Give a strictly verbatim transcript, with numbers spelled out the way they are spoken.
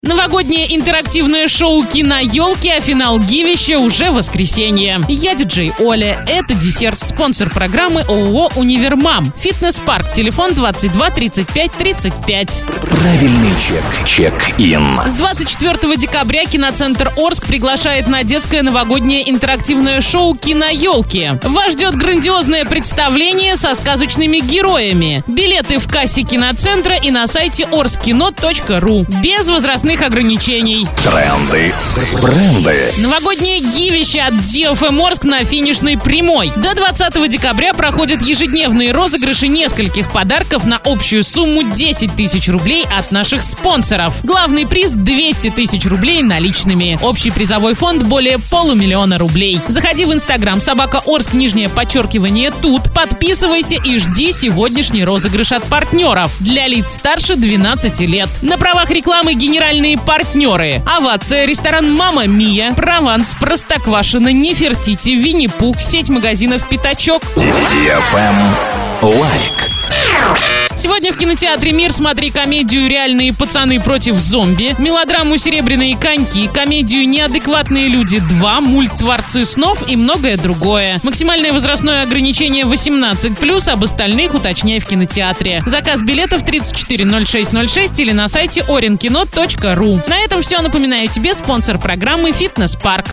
Новогоднее интерактивное шоу «Кино-елки», а финал гивища уже в воскресенье. Я диджей Оля. Это десерт. Спонсор программы ООО «Универмам». Фитнес-парк. Телефон двадцать два тридцать пять тридцать пять. Правильный чек. Чек-ин. С двадцать четвёртого декабря киноцентр Орск приглашает на детское новогоднее интерактивное шоу «Кино-елки». Вас ждет грандиозное представление со сказочными героями. Билеты в кассе киноцентра и на сайте орскино точка ру. Без возрастных ограничений. Тренды. Бренды. Новогоднее гивище от ди эф эм Орск на финишной прямой. До двадцатого декабря проходят ежедневные розыгрыши нескольких подарков на общую сумму десять тысяч рублей от наших спонсоров. Главный приз — двести тысяч рублей наличными. Общий призовой фонд — более полумиллиона рублей. Заходи в инстаграм собака Орск, нижнее подчеркивание тут. Подписывайся и жди сегодняшний розыгрыш от партнеров. Для лиц старше двенадцати лет. На правах рекламы генеральные партнеры: Овация, ресторан «Мама Мия», Прованс, Простоквашино, Нефертити, Винни-Пух, сеть магазинов «Пятачок». ди эф эм лайк. Сегодня в кинотеатре «Мир» смотри комедию «Реальные пацаны против зомби», мелодраму «Серебряные коньки», комедию «Неадекватные люди два», мульт «Творцы снов» и многое другое. Максимальное возрастное ограничение восемнадцать плюс, об остальных уточняй в кинотеатре. Заказ билетов тридцать четыре ноль шесть ноль шесть или на сайте оренкино точка ру. На этом все. Напоминаю тебе спонсор программы «Фитнес-парк».